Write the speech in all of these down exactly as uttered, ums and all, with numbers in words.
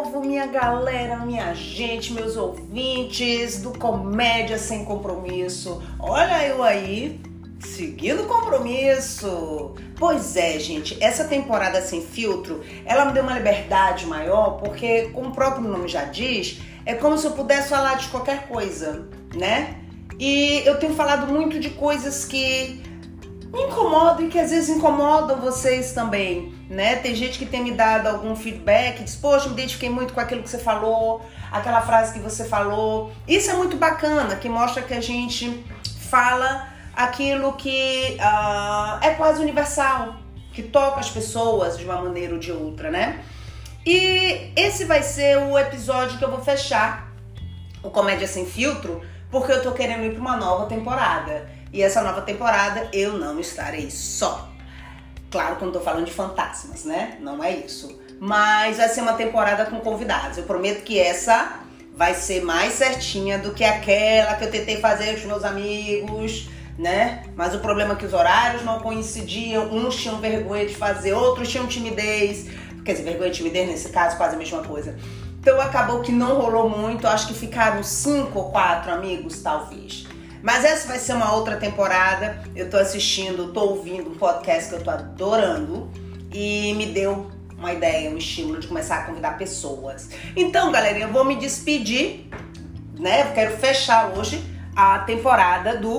povo, minha galera, minha gente, meus ouvintes do Comédia Sem Compromisso. Olha eu aí, seguindo o compromisso. Pois é, gente, essa temporada Sem Filtro, ela me deu uma liberdade maior, porque, como o próprio nome já diz, é como se eu pudesse falar de qualquer coisa, né? E eu tenho falado muito de coisas que me incomodam e que às vezes incomodam vocês também, né? Tem gente que tem me dado algum feedback, diz, poxa, me identifiquei muito com aquilo que você falou, aquela frase que você falou. Isso é muito bacana, que mostra que a gente fala aquilo que uh, é quase universal, que toca as pessoas de uma maneira ou de outra, né? E esse vai ser o episódio que eu vou fechar o Comédia Sem Filtro, porque eu tô querendo ir para uma nova temporada. E essa nova temporada eu não estarei só. Claro que eu não tô falando de fantasmas, né? Não é isso. Mas vai ser uma temporada com convidados. Eu prometo que essa vai ser mais certinha do que aquela que eu tentei fazer com os meus amigos, né? Mas o problema é que os horários não coincidiam. Uns tinham vergonha de fazer, outros tinham timidez. Quer dizer, vergonha e timidez nesse caso, quase a mesma coisa. Então acabou que não rolou muito. Acho que ficaram cinco ou quatro amigos, talvez. Mas essa vai ser uma outra temporada. Eu tô assistindo, tô ouvindo um podcast que eu tô adorando e me deu uma ideia, um estímulo de começar a convidar pessoas. Então, galerinha, eu vou me despedir, né? Eu quero fechar hoje a temporada do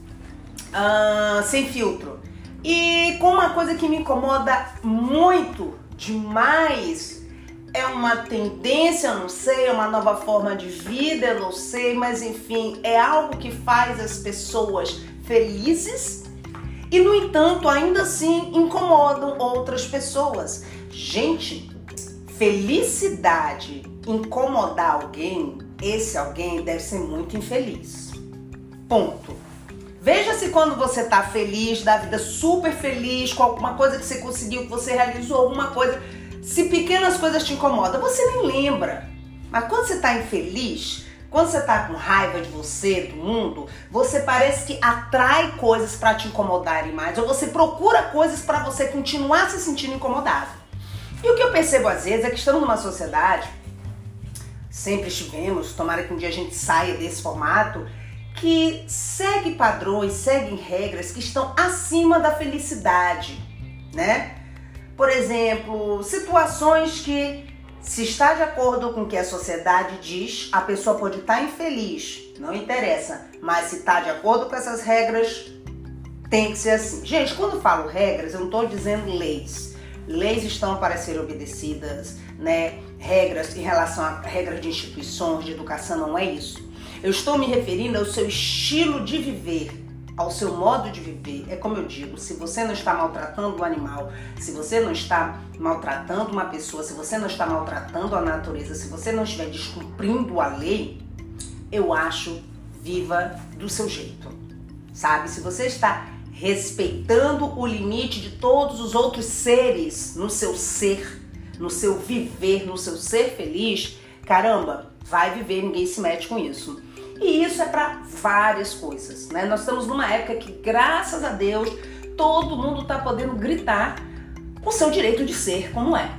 uh, Sem Filtro. E com uma coisa que me incomoda muito, demais, é uma tendência, eu não sei, é uma nova forma de vida, eu não sei, mas enfim, é algo que faz as pessoas felizes e, no entanto, ainda assim incomodam outras pessoas. Gente, felicidade incomodar alguém, esse alguém deve ser muito infeliz. Ponto. Veja se quando você tá feliz, da vida super feliz, com alguma coisa que você conseguiu, que você realizou, alguma coisa... Se pequenas coisas te incomodam, você nem lembra. Mas quando você tá infeliz, quando você tá com raiva de você, do mundo, você parece que atrai coisas para te incomodarem mais, ou você procura coisas para você continuar se sentindo incomodado. E o que eu percebo às vezes é que estamos numa sociedade, sempre estivemos, tomara que um dia a gente saia desse formato, que segue padrões, segue regras que estão acima da felicidade, né? Por exemplo, situações que, se está de acordo com o que a sociedade diz, a pessoa pode estar infeliz, não interessa. Mas se está de acordo com essas regras, tem que ser assim. Gente, quando eu falo regras, eu não estou dizendo leis. Leis estão para serem obedecidas, né? Regras em relação a regras de instituições, de educação, não é isso. Eu estou me referindo ao seu estilo de viver, ao seu modo de viver. É como eu digo, se você não está maltratando o animal, se você não está maltratando uma pessoa, se você não está maltratando a natureza, se você não estiver descumprindo a lei, eu acho, viva do seu jeito, sabe? Se você está respeitando o limite de todos os outros seres no seu ser, no seu viver, no seu ser feliz, caramba, vai viver, ninguém se mete com isso. E isso é para várias coisas, né? Nós estamos numa época que, graças a Deus, todo mundo está podendo gritar o seu direito de ser como é.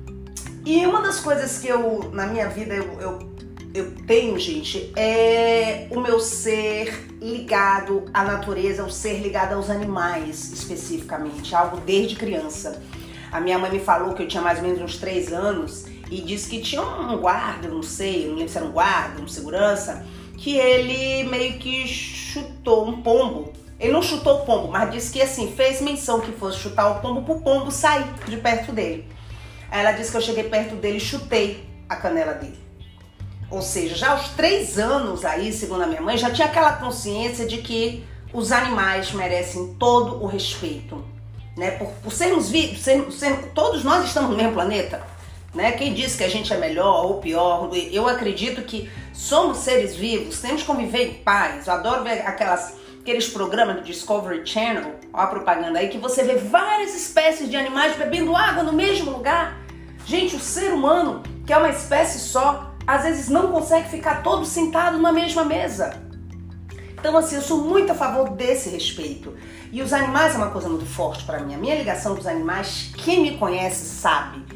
E uma das coisas que eu, na minha vida, eu, eu, eu tenho, gente, é o meu ser ligado à natureza, o ser ligado aos animais, especificamente, algo desde criança. A minha mãe me falou que eu tinha mais ou menos uns três anos e disse que tinha um guarda, não sei, não lembro se era um guarda, um segurança, que ele meio que chutou um pombo. Ele não chutou o pombo, mas disse que assim, fez menção que fosse chutar o pombo pro pombo sair de perto dele. Aí ela disse que eu cheguei perto dele e chutei a canela dele. Ou seja, já aos três anos aí, segundo a minha mãe, já tinha aquela consciência de que os animais merecem todo o respeito, né? Por, por sermos vivos, ser, ser, todos nós estamos no mesmo planeta, né? Quem disse que a gente é melhor ou pior, eu acredito que somos seres vivos, temos que conviver em paz. Eu adoro ver aquelas, aqueles programas do Discovery Channel, ó a propaganda aí, que você vê várias espécies de animais bebendo água no mesmo lugar. Gente, o ser humano, que é uma espécie só, às vezes não consegue ficar todo sentado na mesma mesa. Então, assim, eu sou muito a favor desse respeito. E os animais é uma coisa muito forte para mim. A minha ligação com os animais, quem me conhece sabe.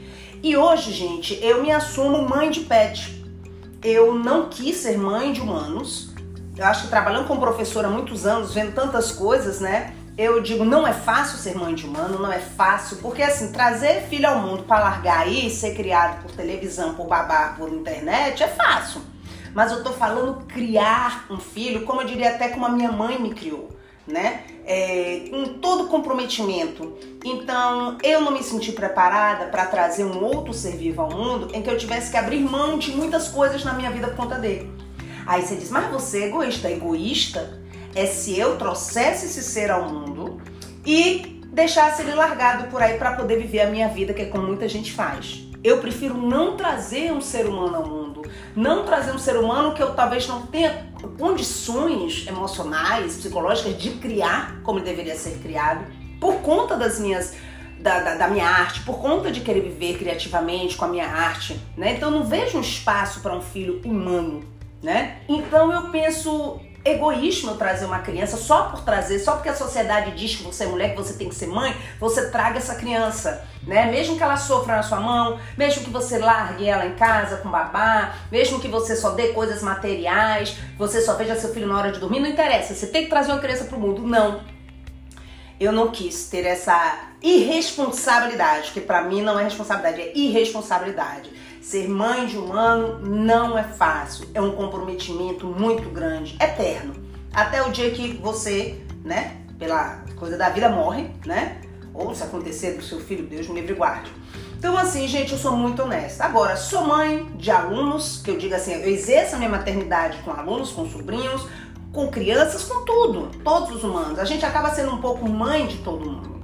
E hoje, gente, eu me assumo mãe de pet. Eu não quis ser mãe de humanos. Eu acho que trabalhando como professora há muitos anos, vendo tantas coisas, né? Eu digo, não é fácil ser mãe de humano, não é fácil. Porque assim, trazer filho ao mundo para largar aí, ser criado por televisão, por babá, por internet, é fácil. Mas eu tô falando criar um filho, como eu diria até como a minha mãe me criou, né? É, com todo comprometimento. Então, eu não me senti preparada para trazer um outro ser vivo ao mundo em que eu tivesse que abrir mão de muitas coisas na minha vida por conta dele. Aí você diz, mas você é egoísta. Egoísta é se eu trouxesse esse ser ao mundo e deixasse ele largado por aí para poder viver a minha vida, que é como muita gente faz. Eu prefiro não trazer um ser humano ao mundo, não trazer um ser humano que eu talvez não tenha condições emocionais, psicológicas de criar como ele deveria ser criado, por conta das minhas, da, da, da minha arte, por conta de querer viver criativamente com a minha arte, né? Então eu não vejo um espaço para um filho humano, né? Então eu penso egoísmo eu trazer uma criança só por trazer, só porque a sociedade diz que você é mulher, que você tem que ser mãe, você traga essa criança, né? Mesmo que ela sofra na sua mão, mesmo que você largue ela em casa com babá, mesmo que você só dê coisas materiais, você só veja seu filho na hora de dormir, não interessa, você tem que trazer uma criança pro mundo. Não. Eu não quis ter essa irresponsabilidade, que pra mim não é responsabilidade, é irresponsabilidade. Ser mãe de humano não é fácil, é um comprometimento muito grande, eterno. Até o dia que você, né, pela coisa da vida morre, né? Ou se acontecer do seu filho, Deus me livre e guarde. Então assim, gente, eu sou muito honesta. Agora, sou mãe de alunos, que eu digo assim, eu exerço a minha maternidade com alunos, com sobrinhos, com crianças, com tudo, todos os humanos. A gente acaba sendo um pouco mãe de todo mundo.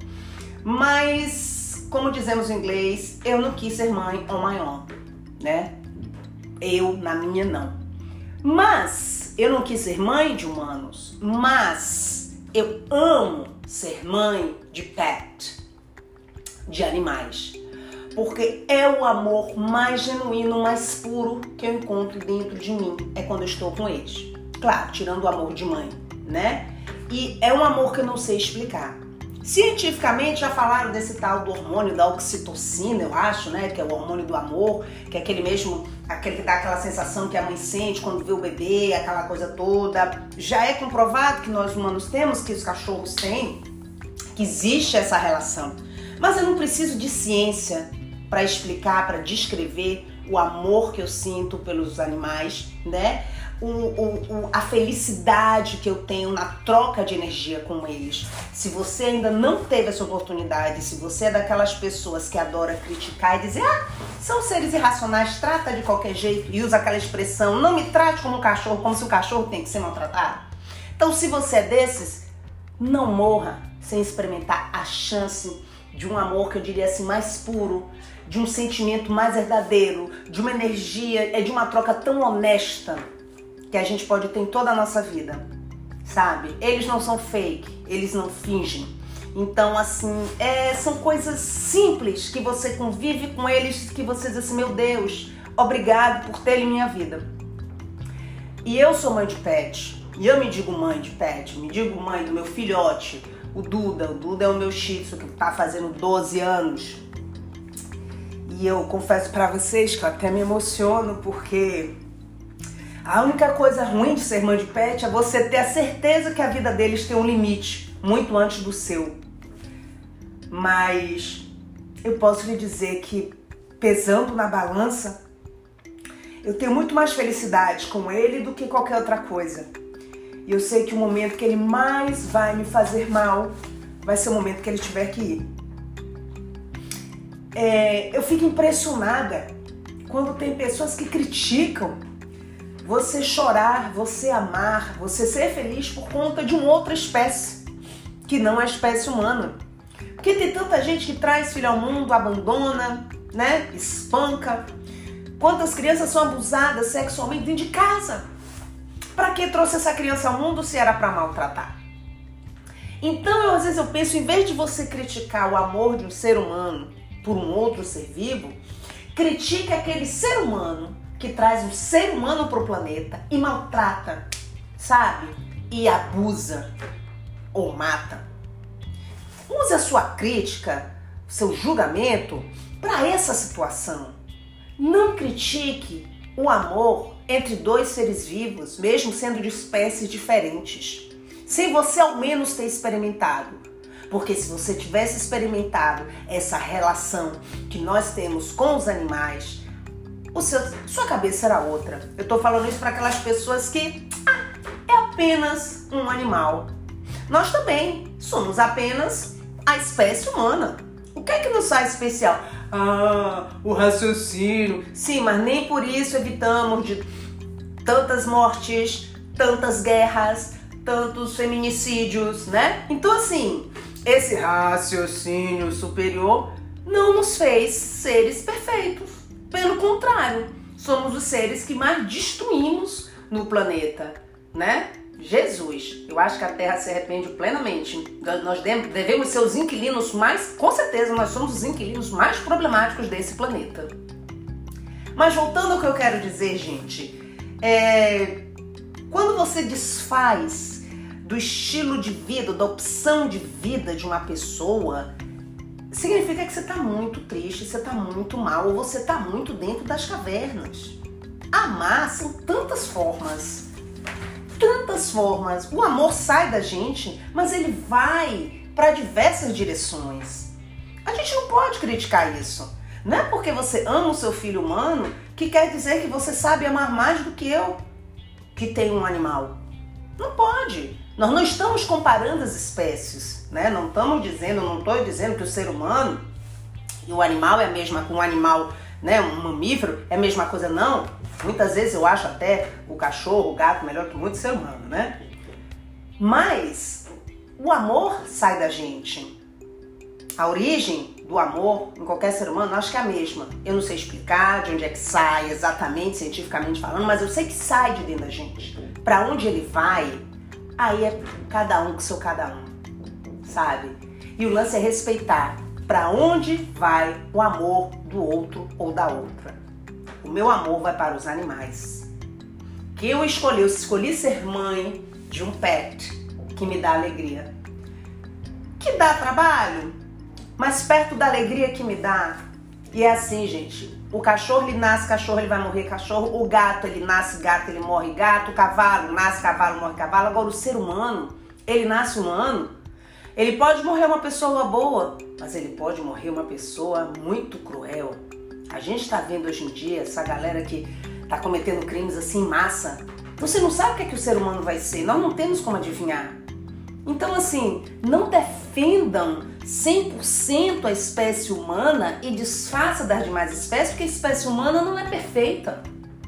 Mas, como dizemos em inglês, eu não quis ser mãe on my own, né? Eu, na minha, não. Mas, eu não quis ser mãe de humanos, mas eu amo ser mãe de pet, de animais. Porque é o amor mais genuíno, mais puro que eu encontro dentro de mim, é quando eu estou com eles. Claro, tirando o amor de mãe, né? E é um amor que eu não sei explicar. Cientificamente já falaram desse tal do hormônio da oxitocina, eu acho, né? Que é o hormônio do amor, que é aquele mesmo, aquele que dá aquela sensação que a mãe sente quando vê o bebê, aquela coisa toda. Já é comprovado que nós humanos temos, que os cachorros têm, que existe essa relação. Mas eu não preciso de ciência para explicar, para descrever o amor que eu sinto pelos animais, né? O, o, o, a felicidade que eu tenho na troca de energia com eles. Se você ainda não teve essa oportunidade, se você é daquelas pessoas que adora criticar e dizer, ah, são seres irracionais, trata de qualquer jeito, e usa aquela expressão, não me trate como um cachorro, como se o cachorro tem que ser maltratado. Então, se você é desses, não morra sem experimentar a chance de um amor que eu diria assim, mais puro, de um sentimento mais verdadeiro, de uma energia, é de uma troca tão honesta que a gente pode ter em toda a nossa vida, sabe? Eles não são fake, eles não fingem. Então, assim, é, são coisas simples que você convive com eles, que você diz assim, meu Deus, obrigado por ter em minha vida. E eu sou mãe de pet, e eu me digo mãe de pet, me digo mãe do meu filhote, o Duda. O Duda é o meu shih tzu, que tá fazendo doze anos. E eu confesso pra vocês que eu até me emociono, porque a única coisa ruim de ser mãe de pet é você ter a certeza que a vida deles tem um limite, muito antes do seu. Mas eu posso lhe dizer que, pesando na balança, eu tenho muito mais felicidade com ele do que qualquer outra coisa. E eu sei que o momento que ele mais vai me fazer mal vai ser o momento que ele tiver que ir. É, eu fico impressionada quando tem pessoas que criticam você chorar, você amar, você ser feliz por conta de uma outra espécie, que não é a espécie humana. Porque tem tanta gente que traz filho ao mundo, abandona, né, espanca. Quantas crianças são abusadas sexualmente dentro de casa? Para que trouxe essa criança ao mundo se era para maltratar? Então, eu, às vezes eu penso, em vez de você criticar o amor de um ser humano por um outro ser vivo, critique aquele ser humano que traz um ser humano para o planeta e maltrata, sabe? E abusa ou mata. Use a sua crítica, seu julgamento para essa situação. Não critique o amor entre dois seres vivos, mesmo sendo de espécies diferentes, sem você ao menos ter experimentado. Porque se você tivesse experimentado essa relação que nós temos com os animais, o seu, sua cabeça era outra. Eu tô falando isso para aquelas pessoas que ah, é apenas um animal. Nós também somos apenas a espécie humana. O que é que nos faz especial? Ah, o raciocínio. Sim, mas nem por isso evitamos de tantas mortes, tantas guerras, tantos feminicídios, né? Então assim, esse raciocínio superior não nos fez seres perfeitos. Pelo contrário, somos os seres que mais destruímos no planeta, né? Jesus, eu acho que a Terra se arrepende plenamente. Nós devemos ser os inquilinos mais, com certeza nós somos os inquilinos mais problemáticos desse planeta. Mas voltando ao que eu quero dizer, gente, é, quando você desfaz do estilo de vida, da opção de vida de uma pessoa, significa que você está muito triste, você está muito mal, ou você está muito dentro das cavernas. Amar são tantas formas. Tantas formas. O amor sai da gente, mas ele vai para diversas direções. A gente não pode criticar isso. Não é porque você ama o seu filho humano que quer dizer que você sabe amar mais do que eu, que tem um animal. Não pode. Nós não estamos comparando as espécies, né? Não estamos dizendo, não estou dizendo que o ser humano e o animal é a mesma, com um animal, né, um mamífero é a mesma coisa, não. Muitas vezes eu acho até o cachorro, o gato melhor que muito ser humano, né? Mas o amor sai da gente. A origem do amor em qualquer ser humano, acho que é a mesma. Eu não sei explicar de onde é que sai exatamente, cientificamente falando, mas eu sei que sai de dentro da gente. Para onde ele vai, aí é cada um com seu cada um, sabe? E o lance é respeitar para onde vai o amor do outro ou da outra. O meu amor vai para os animais. Que eu escolhi, eu escolhi ser mãe de um pet que me dá alegria. Que dá trabalho, mas perto da alegria que me dá. E é assim, gente. O cachorro, ele nasce cachorro, ele vai morrer cachorro. O gato, ele nasce gato, ele morre gato. O cavalo, nasce cavalo, morre cavalo. Agora o ser humano, ele nasce humano. Ele pode morrer uma pessoa boa, mas ele pode morrer uma pessoa muito cruel. A gente tá vendo hoje em dia essa galera que tá cometendo crimes assim em massa. Você não sabe o que é que o ser humano vai ser. Nós não temos como adivinhar. Então assim, não defendam cem por cento a espécie humana e desfaça das demais espécies, porque a espécie humana não é perfeita.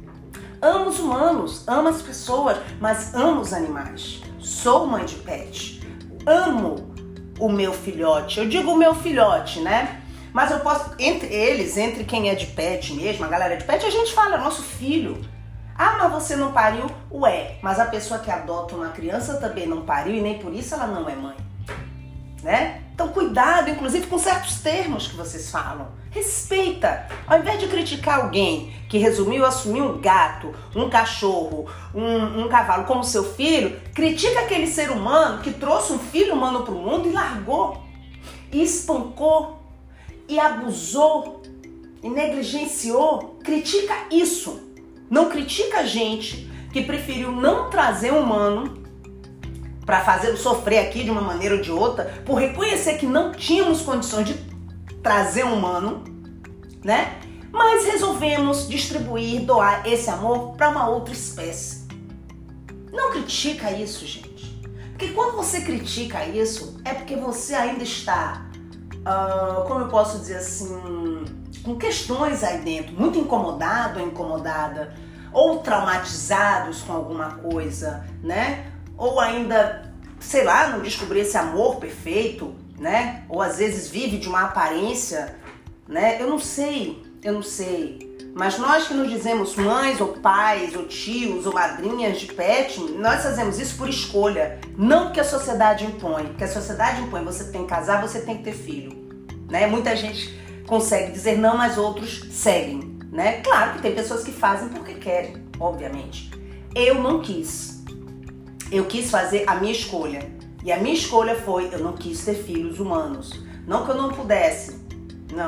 Amo os humanos, amo as pessoas, mas amo os animais. Sou mãe de pet. Amo o meu filhote. Eu digo o meu filhote, né? Mas eu posso, entre eles, entre quem é de pet mesmo, a galera de pet, a gente fala, nosso filho. Ah, mas você não pariu? Ué, mas a pessoa que adota uma criança também não pariu e nem por isso ela não é mãe, né? Então cuidado, inclusive com certos termos que vocês falam. Respeita. Ao invés de criticar alguém que resumiu assumir um gato, um cachorro, um, um cavalo como seu filho, critica aquele ser humano que trouxe um filho humano para o mundo e largou, e espancou, e abusou, e negligenciou. Critica isso. Não critica a gente que preferiu não trazer um humano para fazê-lo sofrer aqui de uma maneira ou de outra, por reconhecer que não tínhamos condições de trazer um humano, né? Mas resolvemos distribuir, doar esse amor para uma outra espécie. Não critica isso, gente. Porque quando você critica isso, é porque você ainda está, uh, como eu posso dizer assim, com questões aí dentro, muito incomodado ou incomodada, ou traumatizados com alguma coisa, né? Ou ainda, sei lá, não descobrir esse amor perfeito, né? Ou às vezes vive de uma aparência, né? Eu não sei, eu não sei. Mas nós que nos dizemos mães, ou pais, ou tios, ou madrinhas de pet, nós fazemos isso por escolha. Não porque a sociedade impõe. Porque a sociedade impõe, você tem que casar, você tem que ter filho, né? Muita gente consegue dizer não, mas outros seguem, né? Claro que tem pessoas que fazem porque querem, obviamente. Eu não quis. Eu quis fazer a minha escolha. E a minha escolha foi, eu não quis ter filhos humanos. Não que eu não pudesse. Não.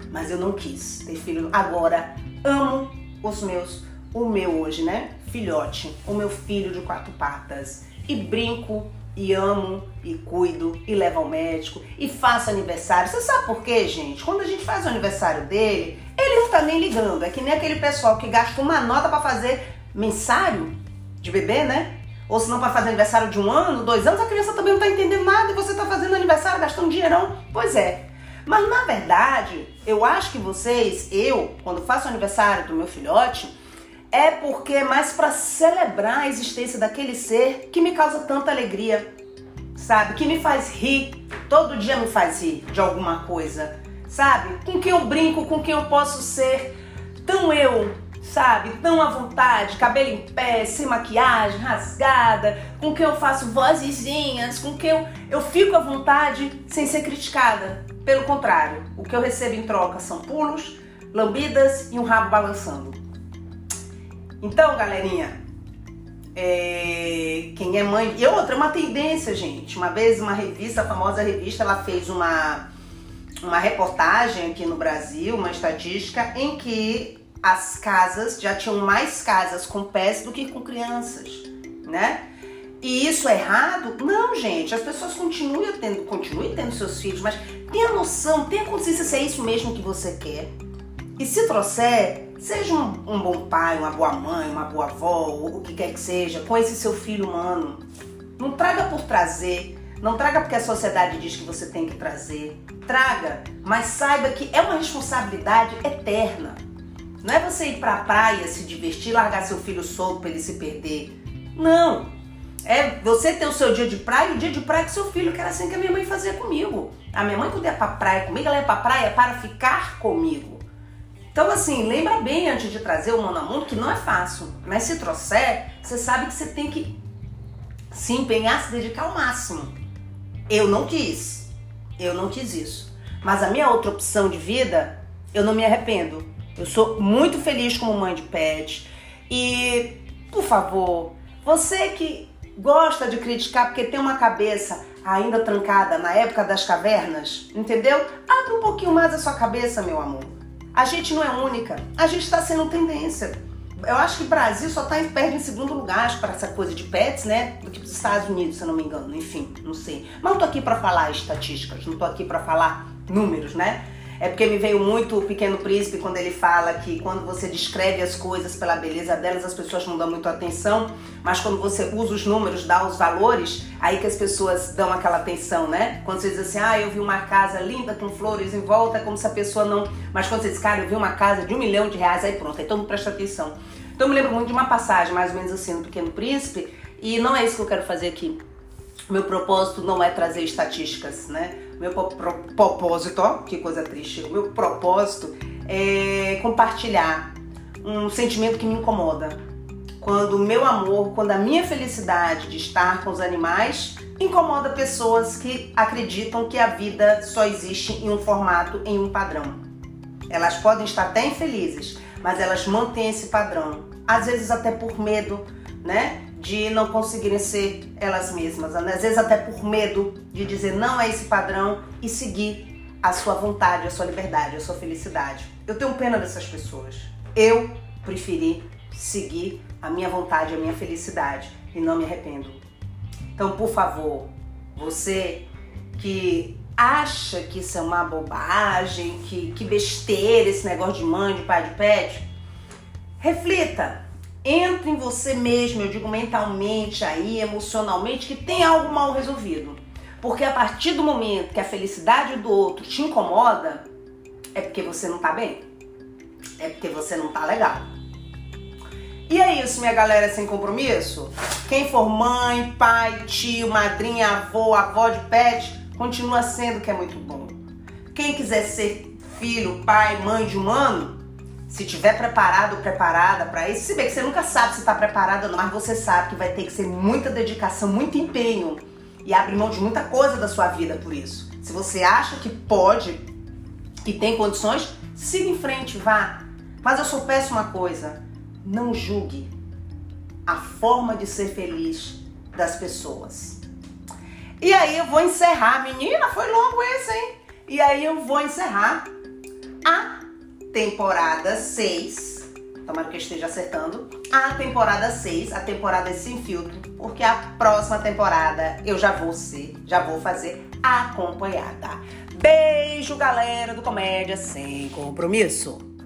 mas eu não quis ter filho. Agora, amo os meus, o meu hoje, né? Filhote, o meu filho de quatro patas. E brinco, e amo, e cuido, e levo ao médico, e faço aniversário. Você sabe por quê, gente? Quando a gente faz o aniversário dele, ele não tá nem ligando. É que nem aquele pessoal que gasta uma nota pra fazer mensário de bebê, né? Ou se não pra fazer aniversário de um ano, dois anos, a criança também não tá entendendo nada e você tá fazendo aniversário, gastando dinheirão. Pois é. Mas na verdade, eu acho que vocês, eu, quando faço o aniversário do meu filhote, é porque é mais pra celebrar a existência daquele ser que me causa tanta alegria, sabe? Que me faz rir, todo dia me faz rir de alguma coisa, sabe? Com quem eu brinco, com quem eu posso ser tão eu, sabe? Tão à vontade, cabelo em pé, sem maquiagem, rasgada, com quem eu faço vozezinhas, com quem eu, eu fico à vontade sem ser criticada. Pelo contrário, o que eu recebo em troca são pulos, lambidas e um rabo balançando. Então, galerinha, é, quem é mãe... E outra, é uma tendência, gente. Uma vez uma revista, a famosa revista, ela fez uma, uma reportagem aqui no Brasil, uma estatística, em que as casas já tinham mais casas com pés do que com crianças, né? E isso é errado? Não, gente. As pessoas continuem tendo, continuem tendo seus filhos, mas tenha noção, tenha consciência se é isso mesmo que você quer. E se trouxer, seja um, um bom pai, uma boa mãe, uma boa avó, ou o que quer que seja, com esse seu filho humano. Não traga por trazer, não traga porque a sociedade diz que você tem que trazer. Traga, mas saiba que é uma responsabilidade eterna. Não é você ir pra praia, se divertir, largar seu filho solto pra ele se perder. Não. É você ter o seu dia de praia e o dia de praia com seu filho, que era assim que a minha mãe fazia comigo. A minha mãe, quando ia pra praia comigo, ela ia pra praia para ficar comigo. Então, assim, lembra bem antes de trazer o humano ao mundo que não é fácil. Mas se trouxer, você sabe que você tem que se empenhar, se dedicar ao máximo. Eu não quis. Eu não quis isso. Mas a minha outra opção de vida, eu não me arrependo. Eu sou muito feliz como mãe de pet. E, por favor, você que gosta de criticar porque tem uma cabeça ainda trancada na época das cavernas, entendeu? Abre um pouquinho mais a sua cabeça, meu amor. A gente não é única, a gente está sendo tendência. Eu acho que o Brasil só está perde em segundo lugar para essa coisa de pets, né? Do que os Estados Unidos, se eu não me engano. Enfim, não sei. Mas não tô aqui para falar estatísticas, não tô aqui para falar números, né? É porque me veio muito o Pequeno Príncipe quando ele fala que quando você descreve as coisas pela beleza delas, as pessoas não dão muito atenção, mas quando você usa os números, dá os valores, aí que as pessoas dão aquela atenção, né? Quando você diz assim, ah, eu vi uma casa linda com flores em volta, é como se a pessoa não... Mas quando você diz, cara, eu vi uma casa de um milhão de reais, aí pronto, aí todo mundo presta atenção. Então eu me lembro muito de uma passagem, mais ou menos assim, no Pequeno Príncipe, e não é isso que eu quero fazer aqui. O meu propósito não é trazer estatísticas, né? Meu propósito, ó, que coisa triste. O meu propósito é compartilhar um sentimento que me incomoda. Quando o meu amor, quando a minha felicidade de estar com os animais incomoda pessoas que acreditam que a vida só existe em um formato, em um padrão. Elas podem estar até infelizes, mas elas mantêm esse padrão. Às vezes até por medo, né? De não conseguirem ser elas mesmas, às vezes até por medo de dizer não a esse padrão e seguir a sua vontade, a sua liberdade, a sua felicidade. Eu tenho pena dessas pessoas. Eu preferi seguir a minha vontade, a minha felicidade e não me arrependo. Então, por favor, você que acha que isso é uma bobagem, que, que besteira esse negócio de mãe, de pai, de pet, reflita. Entre em você mesmo, eu digo mentalmente aí, emocionalmente, que tem algo mal resolvido. Porque a partir do momento que a felicidade do outro te incomoda, é porque você não tá bem. É porque você não tá legal. E é isso, minha galera sem compromisso. Quem for mãe, pai, tio, madrinha, avô, avó de pet, continua sendo que é muito bom. Quem quiser ser filho, pai, mãe de humano, se tiver preparado ou preparada para isso, se bem que você nunca sabe se está preparado ou não, mas você sabe que vai ter que ser muita dedicação, muito empenho e abrir mão de muita coisa da sua vida por isso. Se você acha que pode, que tem condições, siga em frente, vá. Mas eu só peço uma coisa, não julgue a forma de ser feliz das pessoas. E aí eu vou encerrar, menina, foi longo esse, hein? E aí eu vou encerrar a temporada seis. Tomara que eu esteja acertando. A temporada seis, a temporada Sem Filtro, porque a próxima temporada eu já vou ser, já vou fazer acompanhada. Beijo, galera do Comédia Sem Compromisso.